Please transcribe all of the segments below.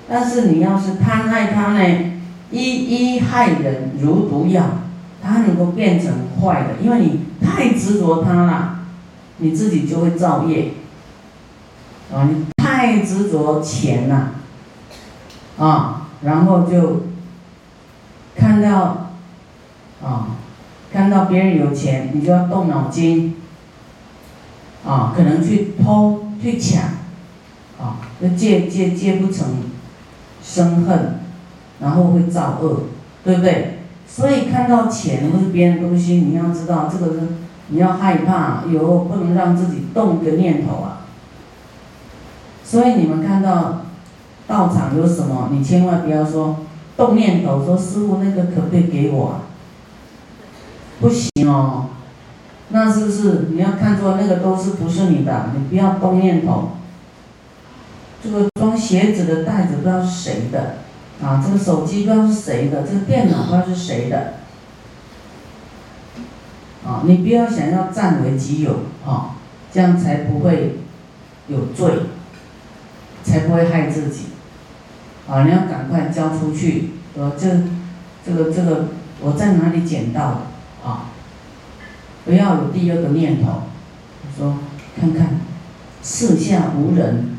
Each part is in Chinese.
但是你要是贪爱它呢，一害人如毒药，它能够变成坏的，因为你太执着它了，你自己就会造业。你太执着钱了，然后就看到别人有钱，你就要动脑筋，可能去偷去抢，就借不成，生恨，然后会造恶，对不对？所以看到钱或是别人东西，你要知道这个是你要害怕，不能让自己动个念头啊。所以你们看到道场有什么，你千万不要说动念头，说师父那个可不可以给我啊？不行哦，那是不是你要看作那个都是不是你的？你不要动念头。这个装鞋子的袋子不知道是谁的，这个手机不知道是谁的，这个电脑不知道是谁的，你不要想要占为己有，这样才不会有罪，才不会害自己。你要赶快交出去，这个我在哪里捡到的？不要有第二个念头，说看看四下无人，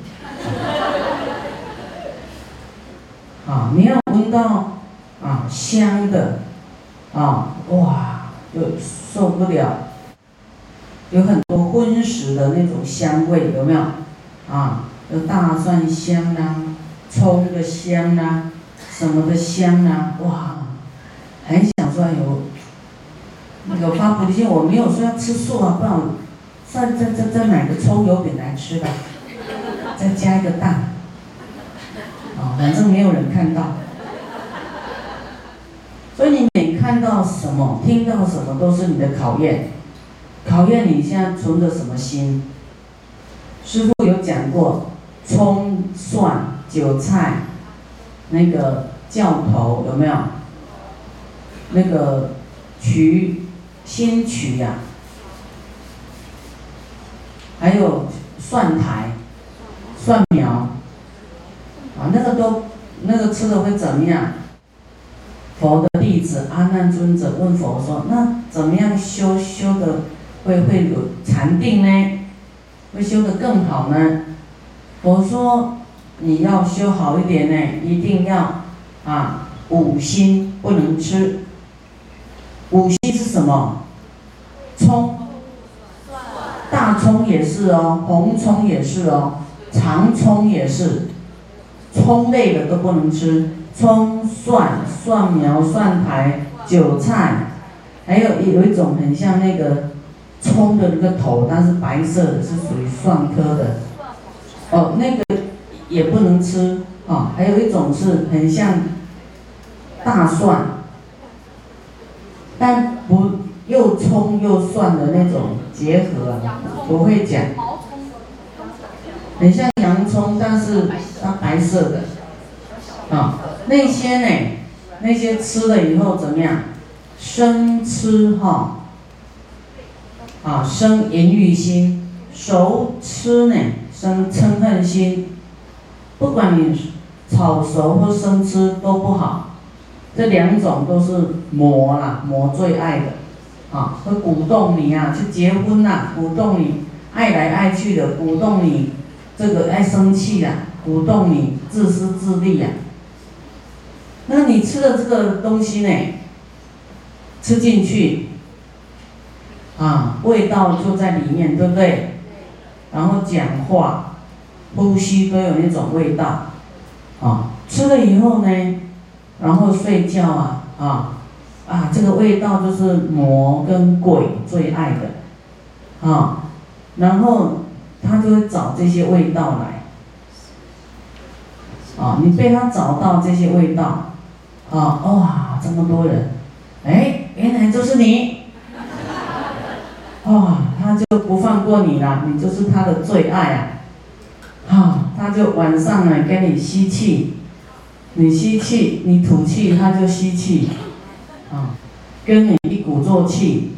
你要闻到香的，哇，就受不了，有很多荤食的那种香味，有没有？有大蒜香啦，葱的香啦，什么的香啦，哇，很想说有那个发菩提心，我没有说要吃素啊，不然我再买个葱油饼来吃吧，再加一个蛋，反正没有人看到。所以你每看到什么，听到什么，都是你的考验，考验你现在存着什么心。师父有讲过，葱、蒜、韭菜，那个教头有没有？那个新曲呀，还有蒜苔、蒜苗，那个吃的会怎么样？佛的弟子阿难尊者问佛说：“那怎么样修的会有禅定呢？会修得更好呢？”佛说：“你要修好一点呢，一定要五辛不能吃。五辛是什么？葱，大葱也是哦，红葱也是哦，长葱也是，葱类的都不能吃。葱、蒜、蒜苗、蒜苔、韭菜，还有一种很像那个葱的那个头，它是白色的，是属于蒜科的。那个也不能吃。还有一种是很像大蒜，但不又葱又蒜的那种结合不会讲，很像洋葱，但是它白色的。那些吃了以后怎么样？生吃生淫欲心；熟吃呢，生嗔恨心。不管你炒熟或生吃都不好，这两种都是魔啦，魔最爱的，会鼓动你去结婚啦，鼓动你爱来爱去的，鼓动你这个爱生气啦，鼓动你自私自利呀。那你吃的这个东西呢，吃进去，味道就在里面，对不对？然后讲话、呼吸都有那种味道，吃了以后呢，然后睡觉这个味道就是魔跟鬼最爱的，然后他就会找这些味道来，你被他找到这些味道。哇，这么多人，原来就是你，他就不放过你了，你就是他的最爱他就晚上呢跟你吸气，你吸气，你吐气，他就吸气，跟你一鼓作气，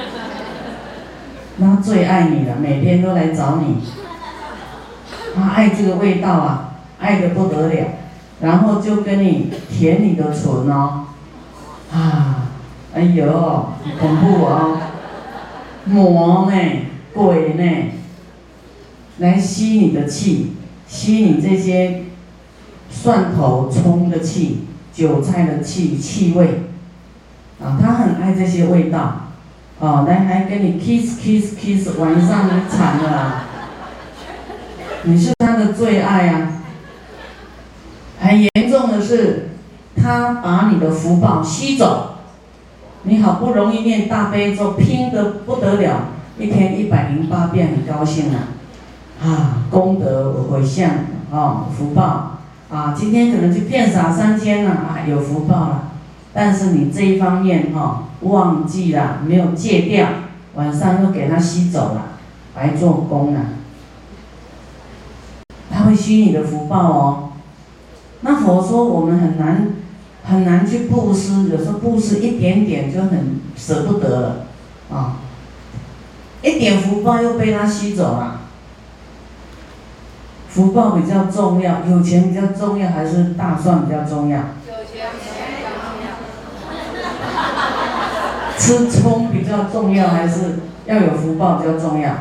他最爱你了，每天都来找你，他爱这个味道爱得不得了。 然后就跟你舔你的唇哦，啊，哎呦，恐怖哦，魔呢，鬼呢，来吸你的气，吸你这些蒜头、葱的气、韭菜的气味，啊，他很爱这些味道，哦，来还跟你 kiss，晚上你惨了啊，你是他的最爱啊。很严重的是，他把你的福报吸走，你好不容易念大悲咒，拼得不得了，一天108遍，很高兴啊，啊，功德回向啊，福报啊，今天可能就遍洒3000了啊，有福报了。但是你这一方面忘记了，没有戒掉，晚上又给他吸走了，白做工了。他会吸你的福报哦。那佛说我们很难去布施，有时候布施一点点就很舍不得了啊，一点福报又被他吸走了。福报比较重要，有钱比较重要，还是大蒜比较重要？ 有钱比较重要。 吃葱比较重要，还是要有福报比较重要？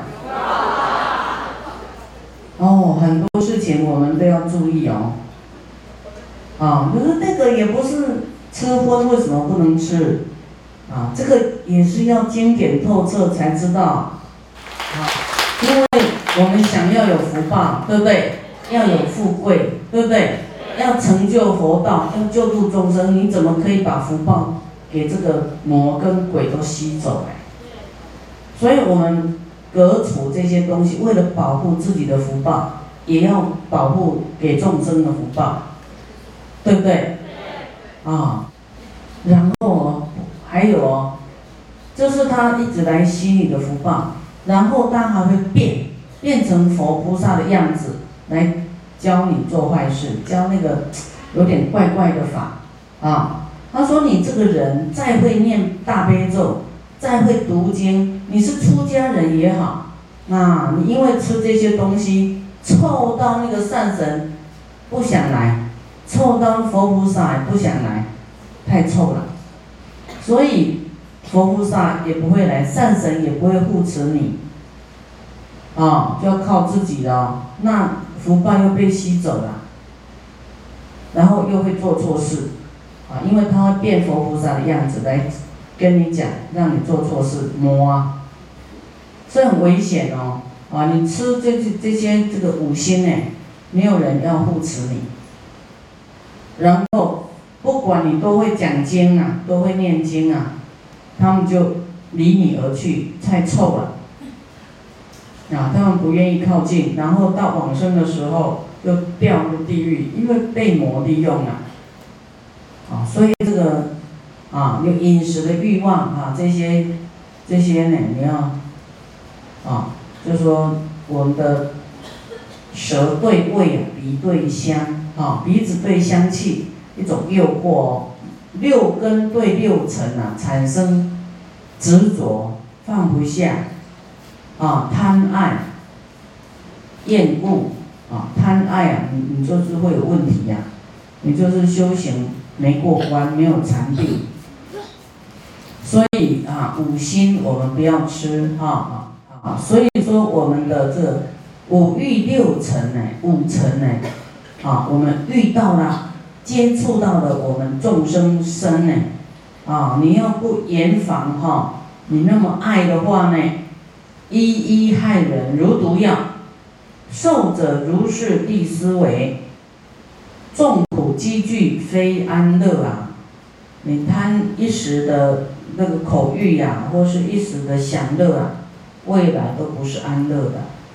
哦，很多事情我们都要注意哦。啊，可是那个也不是吃荤，为什么不能吃？啊，这个也是要经典透彻才知道。啊，因为我们想要有福报，对不对？要有富贵，对不对？要成就佛道，要救度众生，你怎么可以把福报给这个魔跟鬼都吸走来？所以我们革除这些东西，为了保护自己的福报，也要保护给众生的福报。对不对？啊，然后还有就是他一直来吸你的福报，然后他还会变成佛菩萨的样子来教你做坏事，教那个有点怪怪的法啊。他说你这个人再会念大悲咒，再会读经，你是出家人也好，啊，你因为吃这些东西，臭到那个善神不想来。臭到佛菩萨也不想来，太臭了，所以佛菩萨也不会来，善神也不会护持你，就要靠自己了。那福报又被吸走了，然后又会做错事，因为他会变佛菩萨的样子来跟你讲，让你做错事，魔啊，这很危险哦。你吃这些这个五辛呢，没有人要护持你。然后，不管你都会讲经啊，都会念经啊，他们就离你而去，太臭了。他们不愿意靠近，然后到往生的时候就掉入地狱，因为被魔利用了。所以这个有饮食的欲望这些呢，你要就是说我们的舌对味，鼻对香。鼻子对香气，一种诱惑哦。六根对六尘产生执着，放不下，贪爱、厌恶，贪爱你就是会有问题呀，你就是修行没过关，没有禅定。所以五辛我们不要吃所以说我们的这个五欲六尘呢，五尘呢。我们遇到了、接触到了我们众生身呢，你要不严防你那么爱的话呢，一害人如毒药，受者如是地思维，众苦积聚非安乐啊！你贪一时的那个口欲或是一时的享乐未来都不是安乐的。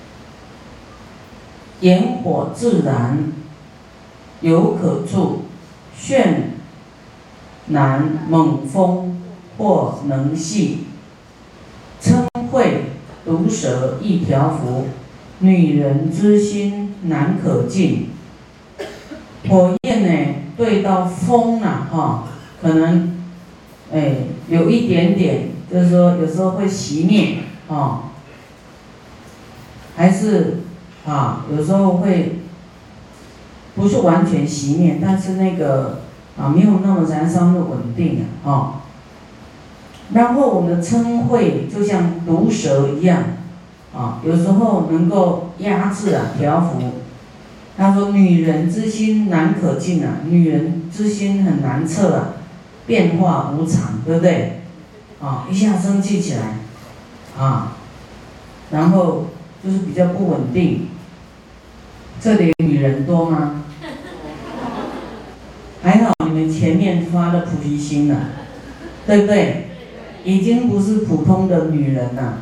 炎火自燃。有可触，眩难猛风或能系，嗔恚毒蛇一条符，女人之心难可尽。火焰呢，对到风可能有一点点，就是说有时候会熄灭还是有时候会不是完全熄灭，但是那个没有那么燃烧那么稳定然后我们的嗔恚就像毒蛇一样有时候能够压制调伏。他说女人之心难可尽女人之心很难测变化无常，对不对？一下生气起来然后就是比较不稳定。这里女人多吗？还好你们前面发了菩提心了，对不对？已经不是普通的女人了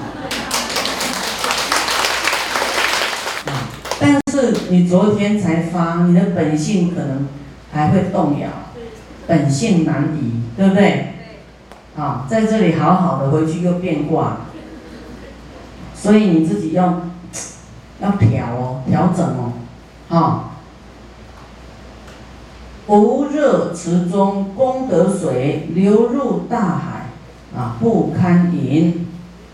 但是你昨天才发，你的本性可能还会动摇，本性难移，对不对？在这里好好的，回去又变卦，所以你自己要调整无热池中，功德水流入大海不堪饮。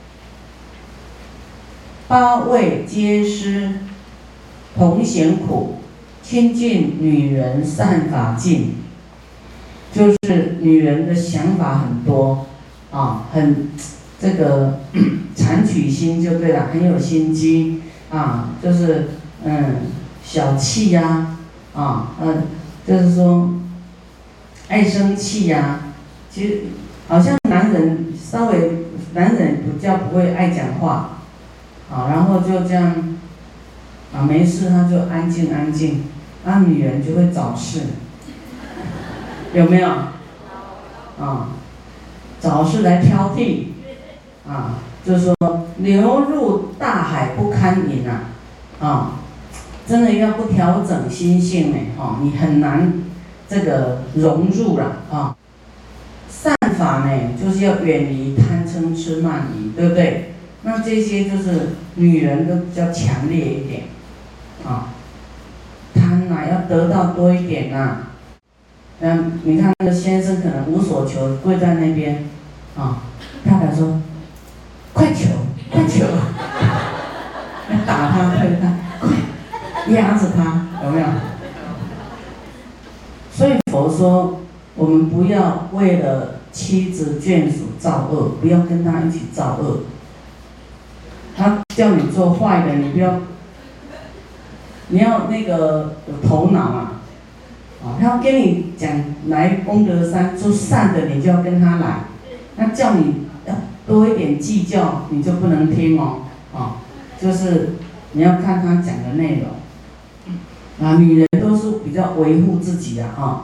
八味皆施，同咸苦，亲近女人善法尽。就是女人的想法很多很这个产取心就对了，很有心机就是小气就是说爱生气其实好像男人比较不会爱讲话然后就这样没事他就安静，女人就会找事，有没有找事来挑剔就是说流入大海不堪饮真的要不调整心性你很难这个融入了善法就是要远离贪嗔痴慢疑，对不对？那这些就是女人都比较强烈一点贪要得到多一点你看那个先生可能无所求，跪在那边太太说快求，打他推他，快压着他，有没有？所以佛说我们不要为了妻子眷属造恶，不要跟他一起造恶。他叫你做坏的，你要那个有头脑他要跟你讲来功德山做善的，你就要跟他来。那叫你要多一点计较，你就不能听就是你要看他讲的内容女人都是比较维护自己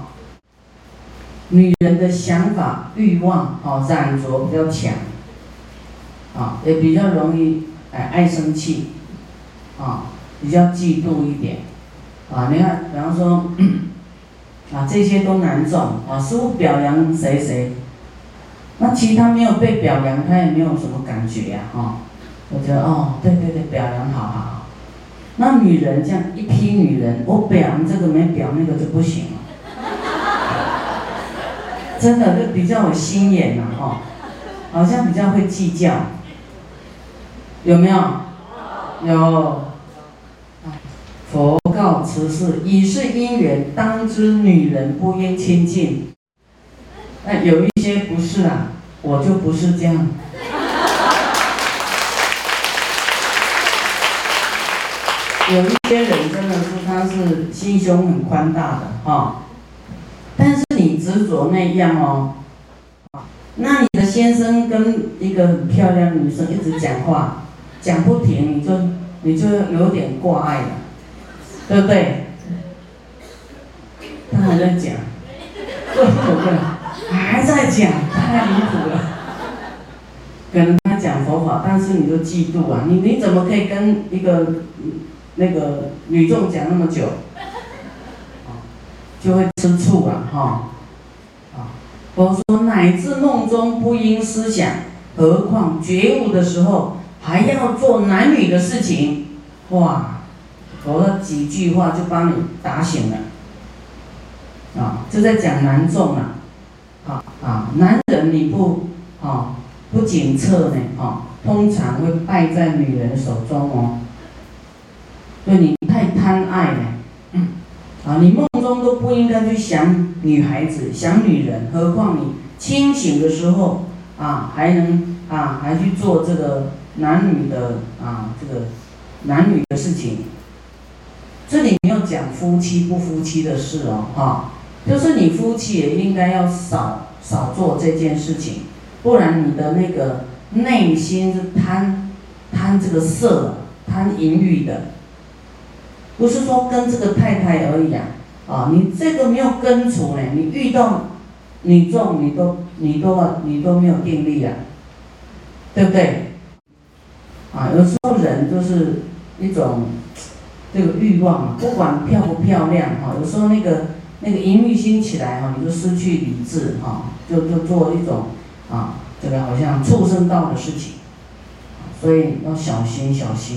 女人的想法、欲望染着比较强也比较容易爱生气比较嫉妒一点你看，比方说这些都难中师父表扬谁，那其他没有被表扬，他也没有什么感觉我觉得对，表扬好。那女人这样一批女人，我表扬这个没表那个就不行了，真的就比较有心眼好像比较会计较，有没有？有。佛告此事，以是因缘，当知女人不应亲近。那有一些不是我就不是这样。有一些人真的是他是心胸很宽大的但是你执着那样那你的先生跟一个很漂亮的女生一直讲话，讲不停，你就有点挂碍了。对不对？他还在讲，还在讲，太离谱了。可能他讲佛法，但是你就嫉妒你怎么可以跟一个那个女众讲那么久？就会吃醋佛说乃至梦中不应思想，何况觉悟的时候还要做男女的事情，哇！佛的几句话就把你打醒了就在讲男众男人你不谨测通常会败在女人手中所以你太贪爱了你梦中都不应该去想女孩子、想女人，何况你清醒的时候还去做这个男女的这个男女的事情。这里没有讲夫妻不夫妻的事哦，就是你夫妻也应该要少做这件事情，不然你的那个内心是贪这个色、贪淫欲的，不是说跟这个太太而已你这个没有根除呢，你遇到女众你都没有定力对不对？有时候人就是一种这个欲望，不管漂不漂亮有时候那个淫欲心起来你就失去理智就做一种这个好像畜生道的事情，所以要小心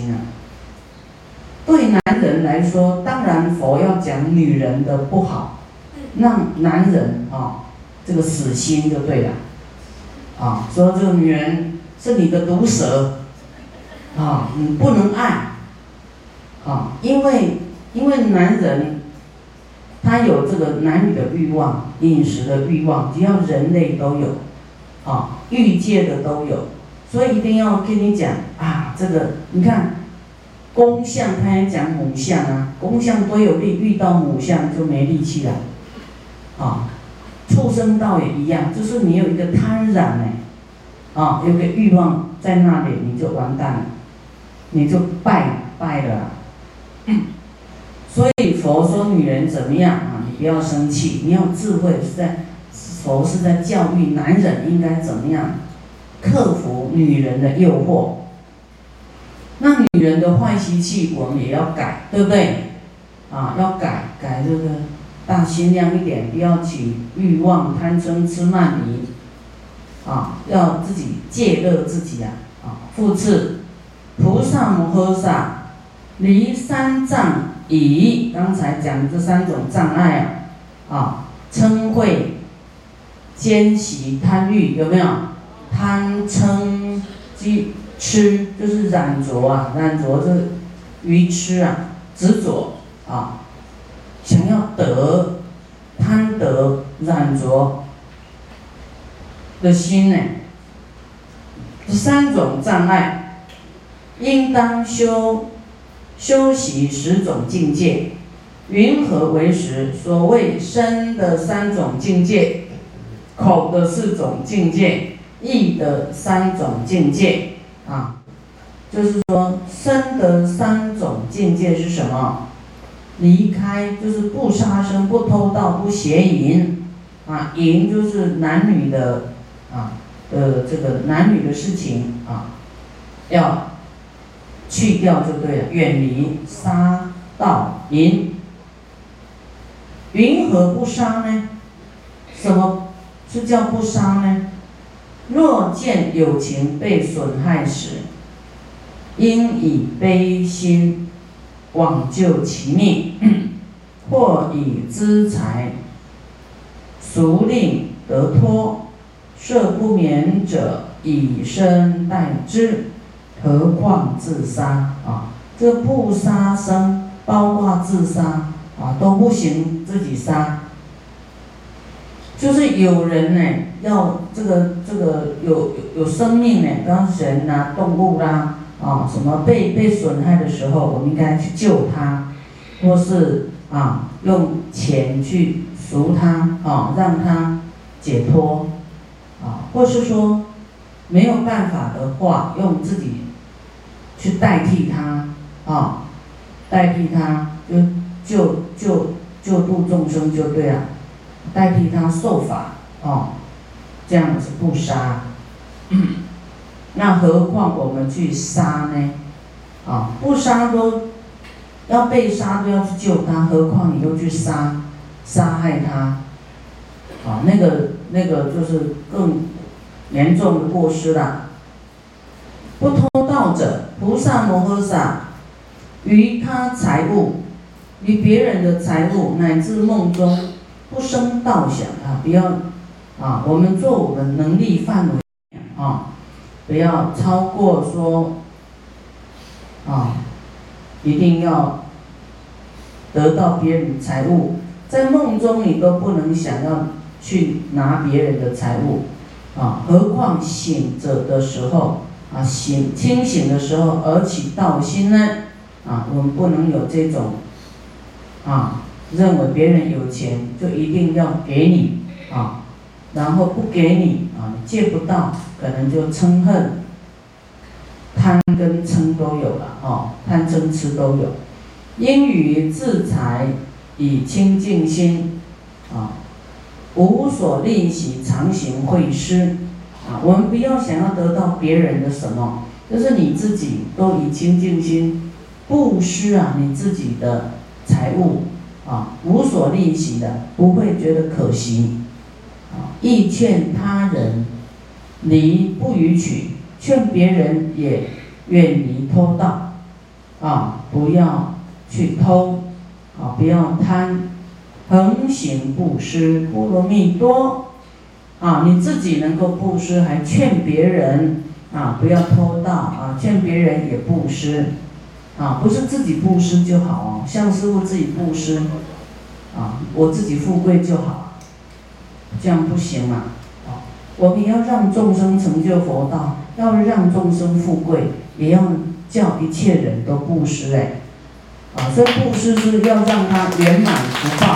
对男人来说，当然佛要讲女人的不好，让男人这个死心就对了说这个女人是你的毒蛇你不能爱因为男人他有这个男女的欲望、饮食的欲望，只要人类都有欲界的都有，所以一定要跟你讲这个你看公相，他也讲母相公相多有力，遇到母相就没力气了畜生道也一样，就是你有一个贪染有个欲望在那里，你就完蛋了，你就败了所以佛说女人怎么样你不要生气，你要智慧，佛是在教育男人应该怎么样克服女人的诱惑。那女人的坏习气我们也要改，对不对要改这个大心量一点，不要起欲望、贪嗔痴慢疑要自己戒乐自己复次，菩萨摩诃萨离三障已，刚才讲这3种障碍嗔恚、奸习、贪欲，有没有？贪嗔痴就是染着染着这愚痴执着想要得，贪得染着的心呢，这3种障碍，应当修习10种境界。云何为10？所谓身的3种境界，口的4种境界，意的3种境界就是说身的3种境界是什么？离开就是不杀生、不偷盗、不邪淫淫就是男女的这个男女的事情要去掉就对了，远离杀盗淫。云何不杀呢？什么是叫不杀呢？若见有情被损害时，应以悲心往救其命，或以资财赎令得脱，设不免者，以身代之，何况自杀这不杀生包括自杀都不行，自己杀。就是有人呢，要这个有生命呢，当人动物什么被损害的时候，我们应该去救他，或是用钱去赎他让他解脱或是说没有办法的话，用自己去代替他代替他就度众生就对了，代替他受法这样子不杀那何况我们去杀呢不杀都要被杀都要去救他，何况你又去杀害他那个就是更严重的过失了。不偷盗者，菩萨摩诃萨于他财物，于别人的财物乃至梦中不生盗想不要我们做我们能力范围不要超过说一定要得到别人的财物，在梦中你都不能想要去拿别人的财物啊，何况醒着的时候啊，清醒的时候而起道心呢？啊，我们不能有这种啊，认为别人有钱就一定要给你啊，然后不给你啊，你借不到，可能就嗔恨、贪跟嗔都有了哦，贪嗔痴都有。应于自裁以清净心啊，无所吝惜，常行惠施啊。我们不要想要得到别人的什么，就是你自己都以清净心布施啊，你自己的财物啊，无所吝惜的，不会觉得可惜啊。亦劝他人离不逾取，劝别人也远离偷盗啊，不要去偷啊，不要贪，恒行布施，波罗蜜多啊，你自己能够布施，还劝别人啊，不要偷盗啊，劝别人也布施啊，不是自己布施就好哦，像师父自己布施啊，我自己富贵就好，这样不行嘛啊，我们要让众生成就佛道，要让众生富贵，也要叫一切人都布施哎。啊，所以布施是要让他圆满福报。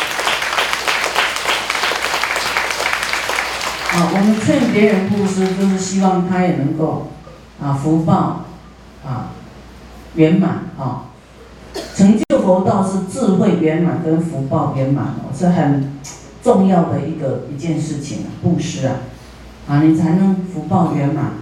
啊，我们劝别人布施，就是希望他也能够啊福报啊圆满啊。成就佛道是智慧圆满跟福报圆满哦，是很重要的一件事情啊，布施啊，啊你才能福报圆满。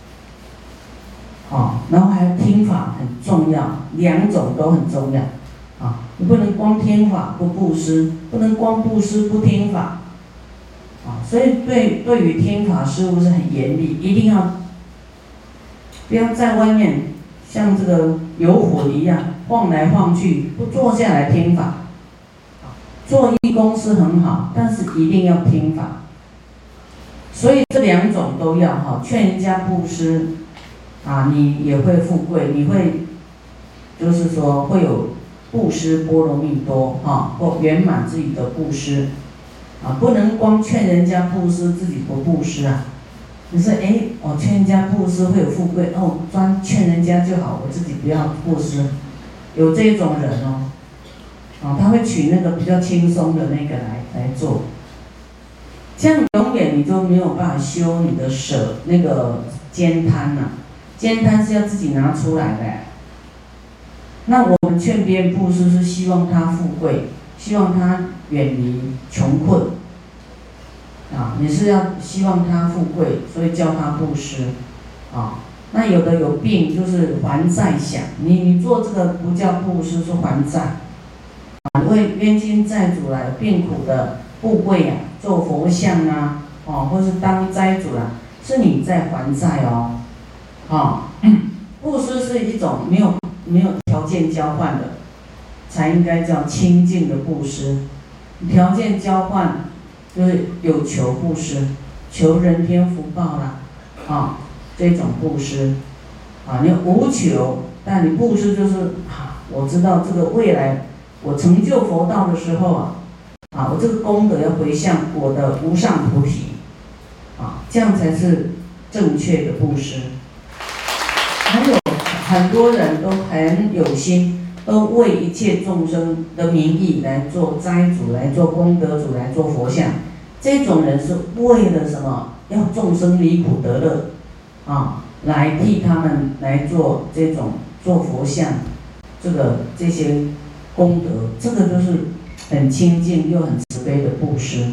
啊，然后还有听法很重要，两种都很重要，啊，你不能光听法不布施，不能光布施不听法，啊，所以对于听法师父是很严厉，一定要不要在外面像这个游魂一样晃来晃去，不坐下来听法，做义工是很好，但是一定要听法，所以这两种都要哈，劝人家布施。啊，你也会富贵，你会，就是说会有布施波罗蜜多啊，或圆满自己的布施，啊，不能光劝人家布施，自己不布施啊。你说，我劝人家布施会有富贵，哦，专劝人家就好，我自己不要布施，有这种人哦，啊，他会取那个比较轻松的那个来做，这样永远你就没有办法修你的舍那个慳贪呐。慳贪是要自己拿出来的，那我们劝别人布施是希望他富贵，希望他远离穷困，啊，你是要希望他富贵，所以叫他布施，啊，那有的有病就是还债想，你做这个不叫布施，是还债，啊，为冤亲债主啦，有病苦的富贵啊，做佛像啊，哦，或是当斋主啦，是你在还债哦。啊，布施是一种没有条件交换的，才应该叫清净的布施。条件交换就是有求布施，求人天福报啦，啊，这种布施，啊，你无求，但你布施就是啊，我知道这个未来我成就佛道的时候啊，啊，我这个功德要回向我的无上菩提，啊，这样才是正确的布施。还有很多人都很有心，都为一切众生的名义来做斋主，来做功德主，来做佛像。这种人是为了什么？要众生离苦得乐，啊，来替他们来做这种做佛像，这些功德，这个就是很清净又很慈悲的布施。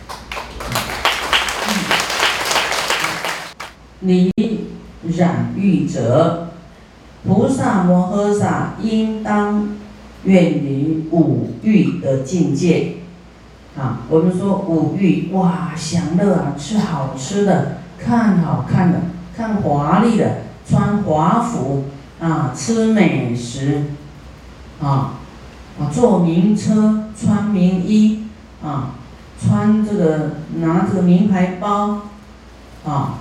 离染欲者，菩萨摩诃萨应当远离五欲的境界。啊，我们说五欲，哇，享乐啊，吃好吃的，看好看的，看华丽的，穿华服啊，吃美食啊，坐名车，穿名衣啊，拿这个名牌包啊。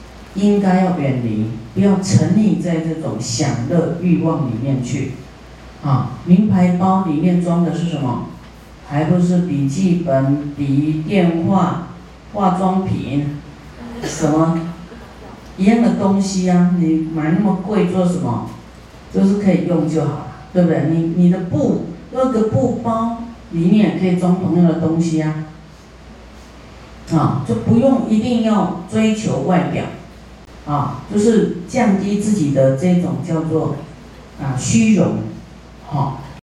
应该要远离，不要沉溺在这种享乐欲望里面去， 名牌包里面装的是什么？还不是笔记本、笔、电话、化妆品，什么一样的东西啊？你买那么贵做什么？就是可以用就好了，对不对？你的布，那个布包里面也可以装同样的东西啊。就不用一定要追求外表，就是降低自己的这种叫做虚荣，